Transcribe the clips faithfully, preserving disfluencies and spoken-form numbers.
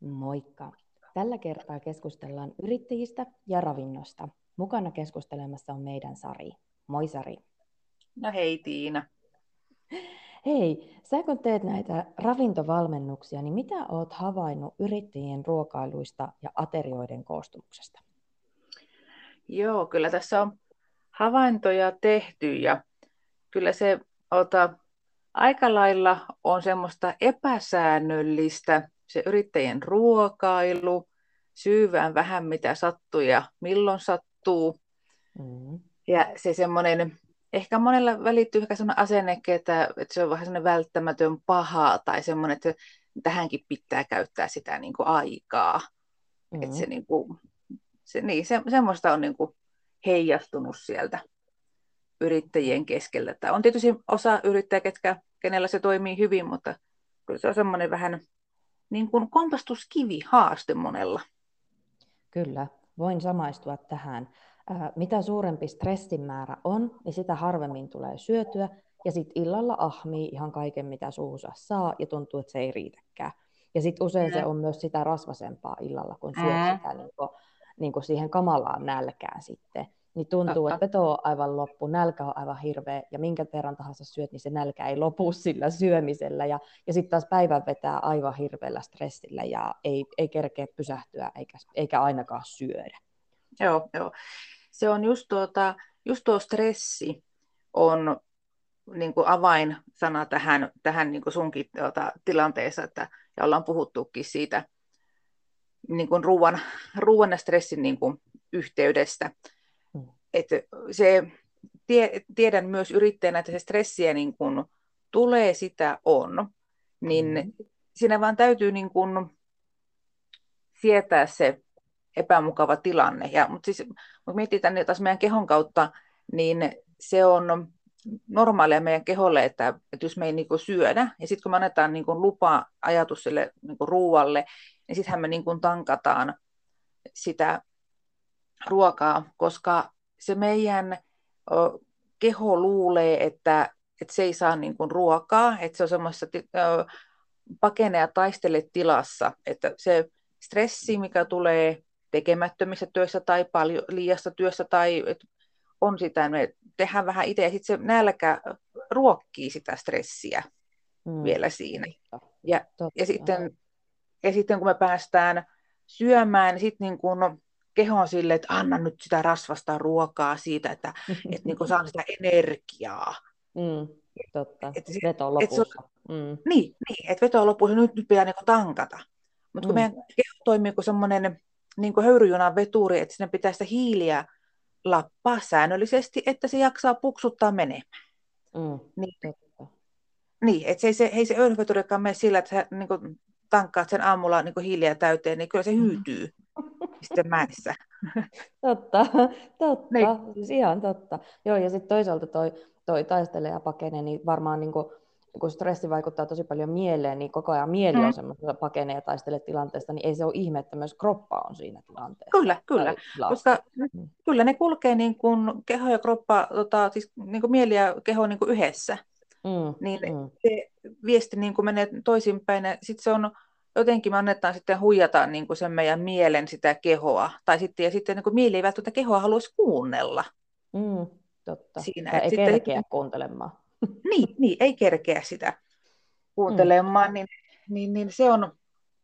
Moikka! Tällä kertaa keskustellaan yrittäjistä ja ravinnosta. Mukana keskustelemassa on meidän Sari. Moi Sari! No hei Tiina. Hei, sä kun teet näitä ravintovalmennuksia, niin mitä oot havainnut yrittäjien ruokailuista ja aterioiden koostumuksesta? Joo, kyllä tässä on havaintoja tehty ja kyllä se ota, aika lailla on semmoista epäsäännöllistä se yrittäjien ruokailu, syyvään vähän mitä sattuu ja milloin sattuu. Mm. Ja se semmoinen, ehkä monella välittyy ehkä semmoinen asenne, että, että se on vähän semmoinen välttämätön paha tai semmoinen, että tähänkin pitää käyttää sitä niin kuin aikaa. Että Mm. se, niin kuin, se, niin, se, semmoista on niin kuin heijastunut sieltä yrittäjien keskeltä. Tämä on tietysti osa yrittäjä, ketkä, kenellä se toimii hyvin, mutta kyllä se on semmoinen vähän niin kuin kompastuskivi haaste monella. Kyllä, voin samaistua tähän. Ää, mitä suurempi stressin määrä on, niin sitä harvemmin tulee syötyä, ja sitten illalla ahmii ihan kaiken, mitä suuhunsa saa, ja tuntuu, että se ei riitäkään. Ja sitten usein se Mm. on myös sitä rasvasempaa illalla, kun syöt Mm. sitä niin kuin, niin kuin siihen kamalaan nälkään sitten. Niin tuntuu, Totta. että veto on aivan loppu, nälkä on aivan hirveä, ja minkä verran tahansa syöt, niin se nälkä ei lopu sillä syömisellä. Ja, ja sitten taas päivän vetää aivan hirveällä stressillä, ja ei, ei kerkeä pysähtyä, eikä, eikä ainakaan syödä. Joo, joo. Se on just, tuota, just tuo stressi on niin kuin avainsana tähän, tähän niin kuin sunkin tuota, tilanteessa, että, ja ollaan puhuttukin siitä niin kuin ruoan, ruoan ja stressin niin kuin yhteydestä. Mm. Että se, tie, tiedän myös yrittäjänä, että se stressiä niin kuin tulee, sitä on, niin Mm. siinä vaan täytyy niin kuin sietää se epämukava tilanne. Ja, mutta siis, kun mietitään niin taas meidän kehon kautta, niin se on normaalia meidän keholle, että, että jos me ei niin kuin syödä, ja sitten kun me annetaan niin kuin lupa ajatus sille niin kuin ruualle, niin sittenhän me niin kuin tankataan sitä ruokaa, koska se meidän o, keho luulee, että, että se ei saa niin kuin ruokaa, että se on semmoisessa ö, pakene ja taistele tilassa, että se stressi, mikä tulee tekemättömissä työssä tai paljon liiasta työssä tai et on sitä, me tehdään vähän itse ja sitten se nälkä ruokkii sitä stressiä Mm. vielä siinä. Totta. Ja, ja, Totta. sitten, ja sitten kun me päästään syömään, niin sitten niin kun keho on silleen, että anna nyt sitä rasvasta ruokaa siitä, että, että niin kun saan sitä energiaa. Mm. Totta. Että se, Veto että se on, lopussa. Mm. niin, niin, että veto on lopussa, nyt, nyt pitää niin kun tankata. Mutta kun Mm. meidän keho toimii kuin semmoinen niin kuin höyryjunan veturi, että sinne pitää sitä hiiliä lappaa säännöllisesti, että se jaksaa puksuttaa menemään. Mm. Niin, Totta. niin että se ei se, ei se höyryveturikaan mene sillä, että sä niin kuin tankkaat sen aamulla niin kuin hiiliä täyteen, niin kyllä se hyytyy sitten mäessä. Totta, Niin, totta, siis ihan totta. Joo, ja sitten toisaalta toi, toi taistele ja pakene, niin varmaan niin kun, kun stressi vaikuttaa tosi paljon mieleen, niin koko ajan mieli on mm, semmoisessa pakene ja taistele tilanteesta, niin ei se ole ihme, että myös kroppa on siinä tilanteessa kyllä, kyllä. tai tilassa. Koska Mm. kyllä ne kulkee niin kuin keho ja kroppa, tota, siis niin kuin mieli ja keho niin kuin yhdessä. Mm. Niin Mm. se viesti niin kuin menee toisinpäin. Ja sitten se on, jotenkin me annetaan sitten huijata niin kuin sen meidän mielen sitä kehoa. Tai sitten, ja sitten niin kuin mieli ei välttämättä kehoa haluaisi kuunnella Mm. Totta. siinä. Tai Et ei sitten, kerkeä kuuntelemaan. niin, niin, ei kerkeä sitä Mm. kuuntelemaan, niin, niin, niin se on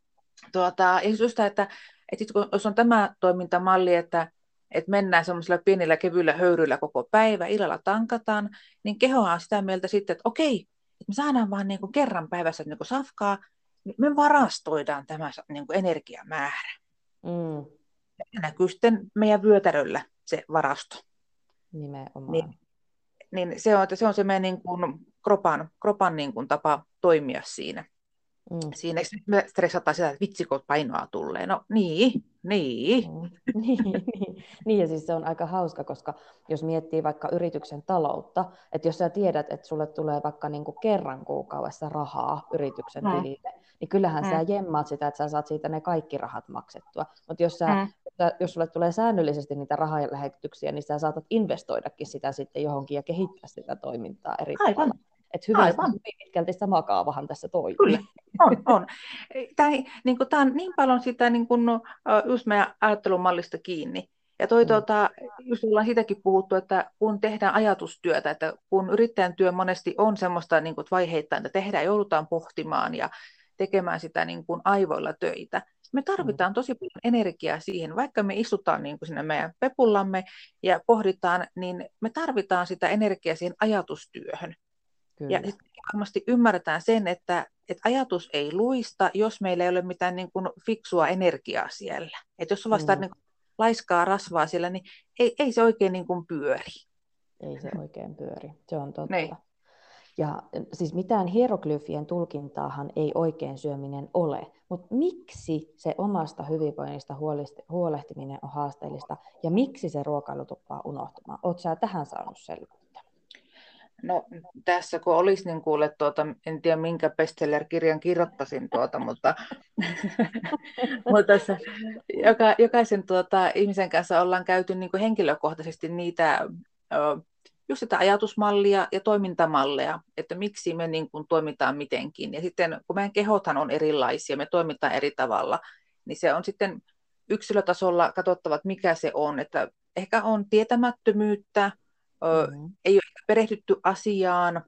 tuota, ja just sitä, että, että sit kun, jos on tämä toimintamalli, että, että mennään semmoisilla pienillä kevyillä höyryillä koko päivä, illalla tankataan, niin kehohan on sitä mieltä sitten, että okei, että me saadaan vaan niin kuin kerran päivässä niin kuin safkaa, niin me varastoidaan tämä niin kuin energiamäärä. Mm. Ja näkyy sitten meidän vyötäröllä se varasto. Nimenomaan. Niin, niin se on, että se on se meidän niin kuin kropan, kropan niin kuin tapa toimia siinä. Mm. Siinä me stressataan sitä, että vitsi, kun painoa tulee. No niin, niin. Mm. Niin, niin. Niin, ja siis se on aika hauska, koska jos miettii vaikka yrityksen taloutta, että jos sä tiedät, että sulle tulee vaikka niinku kerran kuukaudessa rahaa yrityksen Mm, tilille, niin kyllähän sä mm, jemmaat sitä, että sä saat siitä ne kaikki rahat maksettua. Mutta jos, sä, mm. jos sulle tulee säännöllisesti niitä rahalähetyksiä, niin sä saatat investoidakin sitä sitten johonkin ja kehittää sitä toimintaa eri Aivan. tavalla. Että hyvin, Aivan. hyvin pitkälti sama kaavahan tässä toimii. Kyllä, on, on. Tämä, niin kuin, tämä on niin paljon sitä niin kuin, no, just meidän ajattelumallista kiinni. Ja toi, Mm. tuota, just ollaan sitäkin puhuttu, että kun tehdään ajatustyötä, että kun yrittäjän työ monesti on semmoista niin kuin, vaiheittain, että tehdään, joudutaan pohtimaan ja tekemään sitä niin kuin, aivoilla töitä. Me tarvitaan tosi paljon energiaa siihen, vaikka me istutaan niin kuin, siinä meidän pepullamme ja pohditaan, niin me tarvitaan sitä energiaa siihen ajatustyöhön. Kyllä. Ja sitten varmasti ymmärretään sen, että, että ajatus ei luista, jos meillä ei ole mitään niin kuin fiksua energiaa siellä. Että jos on vasta mm. niin kuin laiskaa rasvaa siellä, niin ei, ei se oikein niin kuin pyöri. Ei se oikein pyöri, se on totta. Niin. Ja siis mitään hieroglyfien tulkintaahan ei oikein syöminen ole, mutta miksi se omasta hyvinvoinnista huolehtiminen on haasteellista ja miksi se ruokailu tuppaa unohtumaan? Oletko sä tähän saanut selvyyttä? No tässä kun olisi, niin kuule, tuota, en tiedä minkä bestseller-kirjan kirjoittaisin, tuota, mutta, mutta tässä joka, jokaisen tuota, ihmisen kanssa ollaan käyty niin kuin henkilökohtaisesti niitä, just sitä ajatusmallia ja toimintamalleja, että miksi me niin kuin toimitaan mitenkin. Ja sitten kun meidän kehothan on erilaisia, me toimitaan eri tavalla, niin se on sitten yksilötasolla katsottava, että mikä se on. Että ehkä on tietämättömyyttä, mm-hmm. ei ole perehdytty asiaan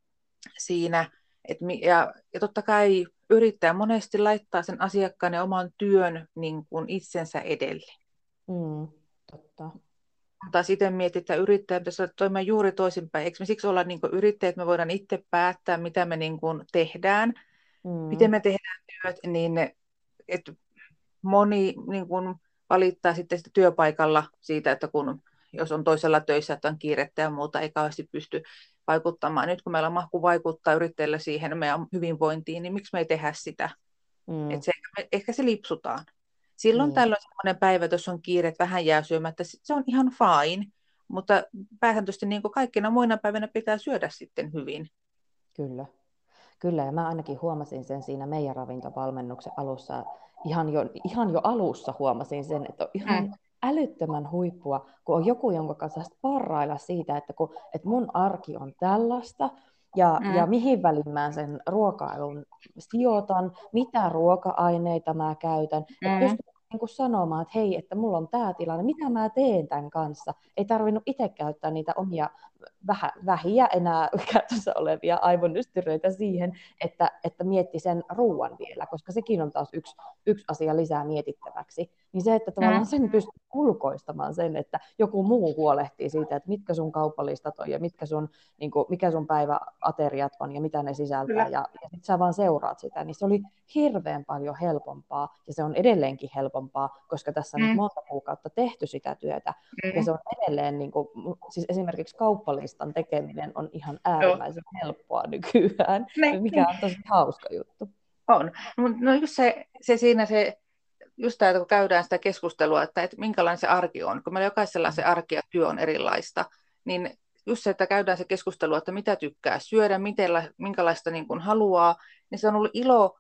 siinä, että, ja, ja totta kai yrittää monesti laittaa sen asiakkaan ja oman työn niin kuin itsensä edelle. Mm, totta. Tai sitten mietit, että yrittäjä pitäisi toimia juuri toisinpäin. Eikö me siksi olla niin kuin yrittäjät, me voidaan itse päättää, mitä me niin kuin tehdään, mm. miten me tehdään työt, niin että moni niin kuin valittaa sitten sitä työpaikalla siitä, että kun jos on toisella töissä, että on kiirettä ja muuta, ei kauheasti pysty vaikuttamaan. Nyt kun meillä on mahku vaikuttaa yrittäjällä siihen meidän hyvinvointiin, niin miksi me ei tehdä sitä? Mm. Että se, ehkä se lipsutaan. Silloin mm. tällöin sellainen päivä, jos on kiire, vähän jää syömättä, se on ihan fine, mutta pääsääntöisesti niin kuin kaikkina muina päivänä pitää syödä sitten hyvin. Kyllä. Kyllä, ja mä ainakin huomasin sen siinä meidän ravintovalmennuksen alussa, ihan jo, ihan jo alussa huomasin sen, että on ihan mm. älyttömän huippua, kun on joku, jonka kanssa sparrailla siitä, että, kun, että mun arki on tällaista, ja, mm. ja mihin väliin mä sen ruokailun sijoitan, mitä ruoka-aineita mä käytän, mm. että pystyn niin kuin sanomaan, että hei, että mulla on tämä tilanne, mitä mä teen tämän kanssa. Ei tarvinnut itse käyttää niitä omia vähä, vähiä enää käytössä olevia aivonystyröitä siihen, että, että mietti sen ruuan vielä, koska sekin on taas yksi, yksi asia lisää mietittäväksi. Niin se, että tavallaan sen pystyy ulkoistamaan sen, että joku muu huolehtii siitä, että mitkä sun kauppalistat on ja mitkä sun, niin kuin, mikä sun päiväateriat on ja mitä ne sisältää. Ja, ja sit sä vaan seuraat sitä, niin se oli hirveän paljon helpompaa ja se on edelleenkin helpompaa, koska tässä on mm. monta kuukautta tehty sitä työtä mm. ja se on edelleen, niin kuin, siis esimerkiksi kauppalistan tekeminen on ihan äärimmäisen Joo. helppoa nykyään, ne, mikä on tosi hauska juttu. On, no just se, se siinä se, just tämä, kun käydään sitä keskustelua, että, että minkälainen se arki on, kun meillä jokaisella se arki ja työ on erilaista, niin just se, että käydään se keskustelu, että mitä tykkää syödä, mitellä, minkälaista niin kuin haluaa, niin se on ollut ilo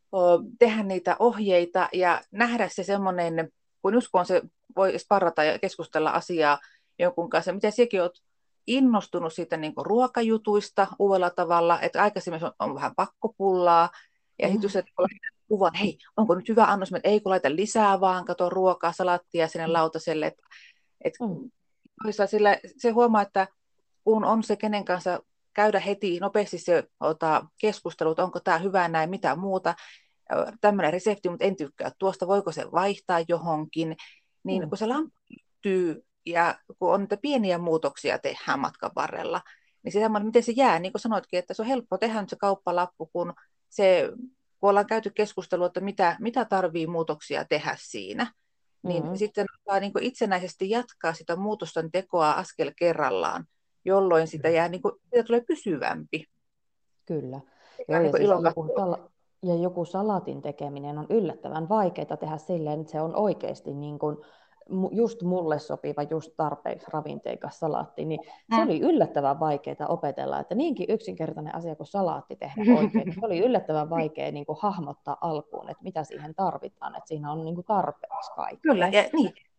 tehdä niitä ohjeita ja nähdä se semmoinen, kun just kun se voi sparrata ja keskustella asiaa jonkun kanssa, miten sekin olet innostunut siitä niin kuin ruokajutuista uudella tavalla, että aikaisemmin on, on vähän pakkopullaa, ja mm. sitten just, että kuvan, hei, onko nyt hyvä annos, että ei kun laita lisää vaan, kato ruokaa, salattia sinne lautaselle, että et, mm. sillä se huomaa, että kun on se kenen kanssa käydä heti nopeasti se ota, keskustelu, että onko tämä hyvä näin, mitä muuta, tämmöinen resepti, mutta en tykkää tuosta, voiko se vaihtaa johonkin, niin mm. kun se lampyy ja kun on niitä pieniä muutoksia tehdään matkan varrella, niin se semmoinen, miten se jää, niin kuin sanoitkin, että se on helppo tehdä nyt se kauppalappu, kun, se, kun ollaan käyty keskustelua, että mitä, mitä tarvii muutoksia tehdä siinä, niin mm. sitten niin kuin itsenäisesti jatkaa sitä muutosten tekoa askel kerrallaan, jolloin sitä jää, niin kuin, siitä tulee pysyvämpi. Kyllä. Joo, ja, siis joku sal- ja joku salatin tekeminen on yllättävän vaikeaa tehdä silleen, että se on oikeasti niin kuin just mulle sopiva, just tarpeeksi ravinteikas salaatti, niin mm. se oli yllättävän vaikeaa opetella, että niinkin yksinkertainen asia kuin salaatti tehdä oikein, se oli yllättävän vaikea niin kuin hahmottaa alkuun, että mitä siihen tarvitaan, että siinä on niin kuin tarpeeksi kaikkea. Kyllä, ja, niin.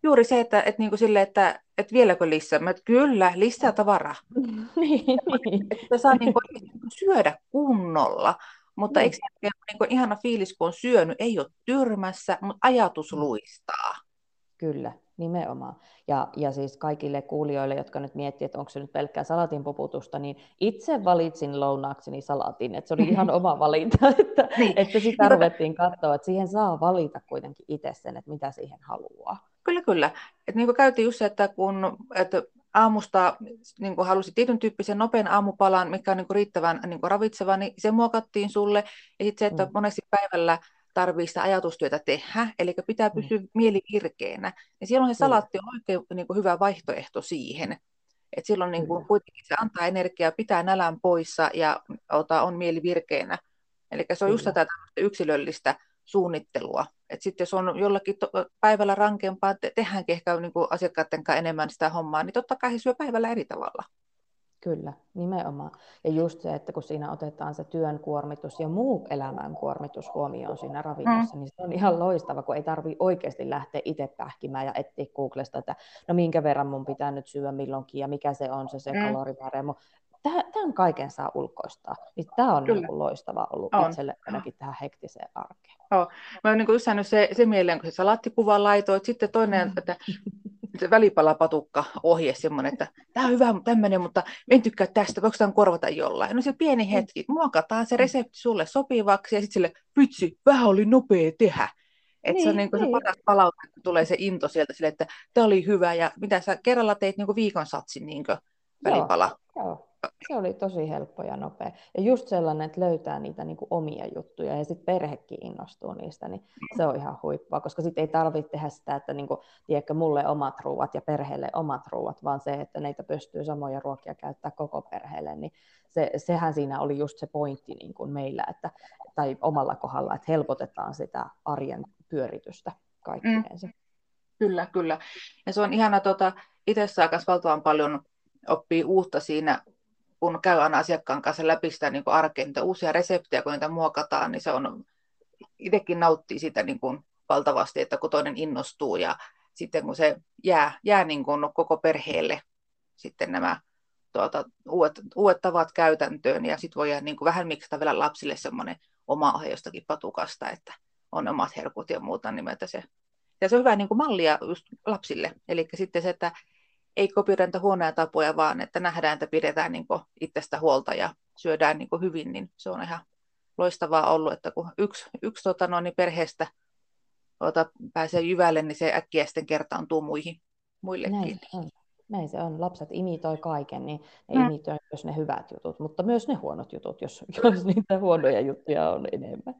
juuri se, että, että, niin kuin sille, että, että vieläkö lisää. Mä, että kyllä, lisää tavaraa. Niin, niin. Että saa niin kuin, syödä kunnolla. Mutta eikö Niin. se niin kuin, ihana fiilis, kun on syönyt, ei ole tyrmässä, mutta ajatus luistaa. Kyllä, nimenomaan. Ja, ja siis kaikille kuulijoille, jotka nyt miettii, että onko se nyt pelkkää salatin puputusta, niin itse valitsin lounaakseni salatin. Että se oli ihan oma valinta, että, Niin. että sitä ruvettiin katsoa, että siihen saa valita kuitenkin itse sen, että mitä siihen haluaa. Kyllä, kyllä. Et niin kuin käytiin just se, että kun että aamusta niin kuin halusit tietyn tyyppisen nopean aamupalan, mikä on niin kuin riittävän niin kuin ravitseva, niin se muokattiin sulle. Ja sitten se, että Mm. monesti päivällä tarvii sitä ajatustyötä tehdä, eli pitää Mm. pysyä mieli virkeänä. Ja silloin se Kyllä, salaatti on oikein niin kuin hyvä vaihtoehto siihen. Et silloin niin kuin kyllä, kuitenkin se antaa energiaa, pitää nälän poissa ja ota, on mieli virkeänä. Eli se on just kyllä. tätä yksilöllistä suunnittelua. Et sitten jos on jollakin to- päivällä rankempaa, te- tehdäänkin ehkä niin kuin asiakkaiden kanssa enemmän sitä hommaa, niin totta kai he syö päivällä eri tavalla. Kyllä, nimenomaan. Ja just se, että kun siinä otetaan se työn kuormitus ja muu elämän kuormitus huomioon siinä Mm, ravinnossa, niin se on ihan loistava, kun ei tarvitse oikeasti lähteä itse pähkimään ja etsiä Googlesta, että no minkä verran mun pitää nyt syödä milloinkin ja mikä se on se, se mm, kalorimäärä. Tämän kaiken saa ulkoistaa. Niin tämä on niin kyllä, kuin loistava ollut on. itselle ainakin tähän hektiseen arkeen. Joo. Mä oon niin kuin just saanut se, se mieleen, kun se salaattikuva laitoit. Sitten toinen, että se välipalapatukka ohje semmoinen, että tämä on hyvä tämmöinen, mutta en tykkää tästä, voiko tämän korvata jollain? No se pieni hetki, muokataan se resepti sulle sopivaksi ja sitten sille, vitsi, vähän oli nopea tehdä. Että se on Niin, niin kuin se niin. paras palaute, kun tulee se into sieltä sille, että tämä oli hyvä ja mitä sä kerralla teit niin kuin viikon satsin niin kuin Joo, välipala. joo. Se oli tosi helppo ja nopea. Ja just sellainen, että löytää niitä niin kuin omia juttuja ja sitten perhekin innostuu niistä, niin se on ihan huippua, koska sitten ei tarvitse tehdä sitä, että niin kuin, tiedätkö, mulle omat ruuat ja perheelle omat ruuat, vaan se, että neitä pystyy samoja ruokia käyttää koko perheelle, niin se, sehän siinä oli just se pointti niin kuin meillä, että, tai omalla kohdalla, että helpotetaan sitä arjen pyöritystä Mm, kaikkinensa. kyllä, kyllä. Ja se on ihana, tota, itse saa myös valtavan paljon oppii uutta siinä, kun käy aina asiakkaan kanssa läpi sitä niin kuin arkea, niitä uusia reseptejä, kun niitä muokataan, niin se on, itsekin nauttii sitä niin kuin valtavasti, että kun toinen innostuu ja sitten kun se jää, jää niin kuin koko perheelle sitten nämä tuota, uudet, uudet tavat käytäntöön ja sitten voidaan niin kuin vähän miksata vielä lapsille semmoinen oma ohje jostakin patukasta, että on omat herkut ja muuta nimeltä se. Ja se on hyvä niin kuin mallia just lapsille. Eli sitten se, että ei kopioida huonoja tapoja, vaan että nähdään, että pidetään niin kuin itsestä huolta ja syödään niin kuin hyvin, niin se on ihan loistavaa ollut, että kun yksi, yksi tota noin, niin perheestä tuota, pääsee jyvälle, niin se äkkiä sitten kertaantuu muihin, Näin muillekin. se on. Näin se on. Lapset imitoi kaiken, niin ne Mm. imitoi myös ne hyvät jutut, mutta myös ne huonot jutut, jos, jos niitä huonoja juttuja on enemmän.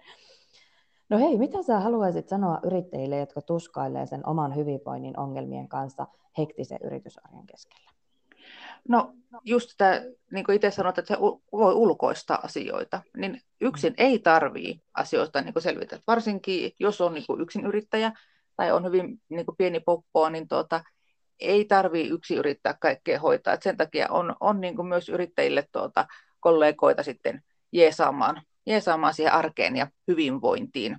No hei, mitä sä haluaisit sanoa yrittäjille, jotka tuskailee sen oman hyvinvoinnin ongelmien kanssa hektisen yritysarjen keskellä? No just tämä, niin kuin itse sanoit, että se voi ulkoistaa asioita, niin yksin ei tarvii asioista niin kuin selvitä. Varsinkin jos on niin kuin yksin yrittäjä tai on hyvin niin kuin pieni poppoa, niin tuota, ei tarvii yksin yrittää kaikkea hoitaa. Et sen takia on, on niin kuin myös yrittäjille tuota, kollegoita sitten jeesaamaan, jeesaamaan siihen arkeen ja hyvinvointiin.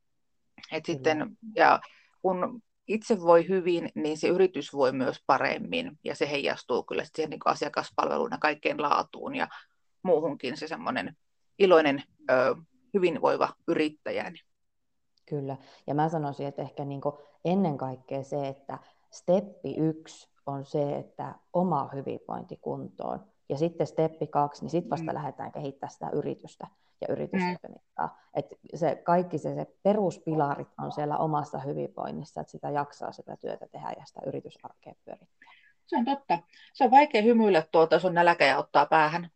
Et sitten, ja kun itse voi hyvin, niin se yritys voi myös paremmin, ja se heijastuu kyllä siihen niin kuin asiakaspalveluun ja kaikkeen laatuun ja muuhunkin se semmoinen iloinen, ö, hyvinvoiva yrittäjä. Kyllä, ja mä sanoisin, että ehkä niin kuin ennen kaikkea se, että steppi yksi on se, että oma hyvinvointi kuntoon, ja sitten steppi kaksi, niin sitten vasta Mm. lähdetään kehittämään sitä yritystä ja Mm. yritystoimintaa. Että se, kaikki se, se peruspilarit on siellä omassa hyvinvoinnissa, että sitä jaksaa sitä työtä tehdä ja sitä yritysarkea pyörittää. Se on totta. Se on vaikea hymyillä tuolta, jos on nälkä ja ottaa päähän.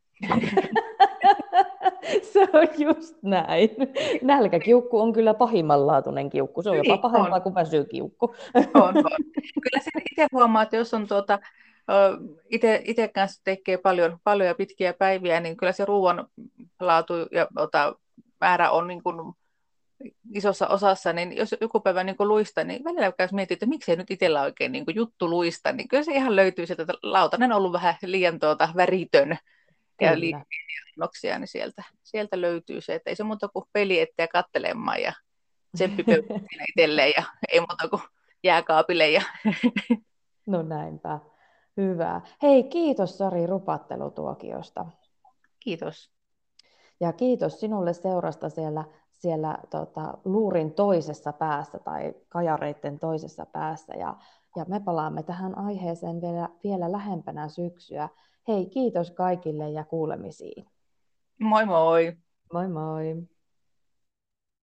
Se on just näin. Nälkäkiukku on kyllä pahimmanlaatuinen kiukku. Se on jopa Niin, pahempaa on. kuin väsykiukku. On, on. Kyllä sen itse huomaa, että jos on tuota, itse, itse kanssa tekee paljon, paljon ja pitkiä päiviä, niin kyllä se ruoan laatu ja ota, määrä on niin kuin isossa osassa, niin jos joku päivä niin kuin luista, niin välillä käy miettiä, että miksei nyt itsellä oikein niin kuin juttu luista, niin kyllä se ihan löytyy sieltä, että lautanen on ollut vähän liian tuota, väritön ja liian Kyllä. noksia, niin sieltä, sieltä löytyy se, että ei se muuta kuin peli etsiä katselemaan ja tsemppipöytä siinä itselleen ja ei muuta kuin jääkaapille. Ja No näinpä. Hyvä. Hei, kiitos Sari rupattelutuokiosta. kiitos. Ja kiitos sinulle seurasta siellä, siellä tota, luurin toisessa päässä tai kajareiden toisessa päässä. Ja, ja me palaamme tähän aiheeseen vielä, vielä lähempänä syksyä. Hei, kiitos kaikille ja kuulemisiin. Moi moi! Moi moi!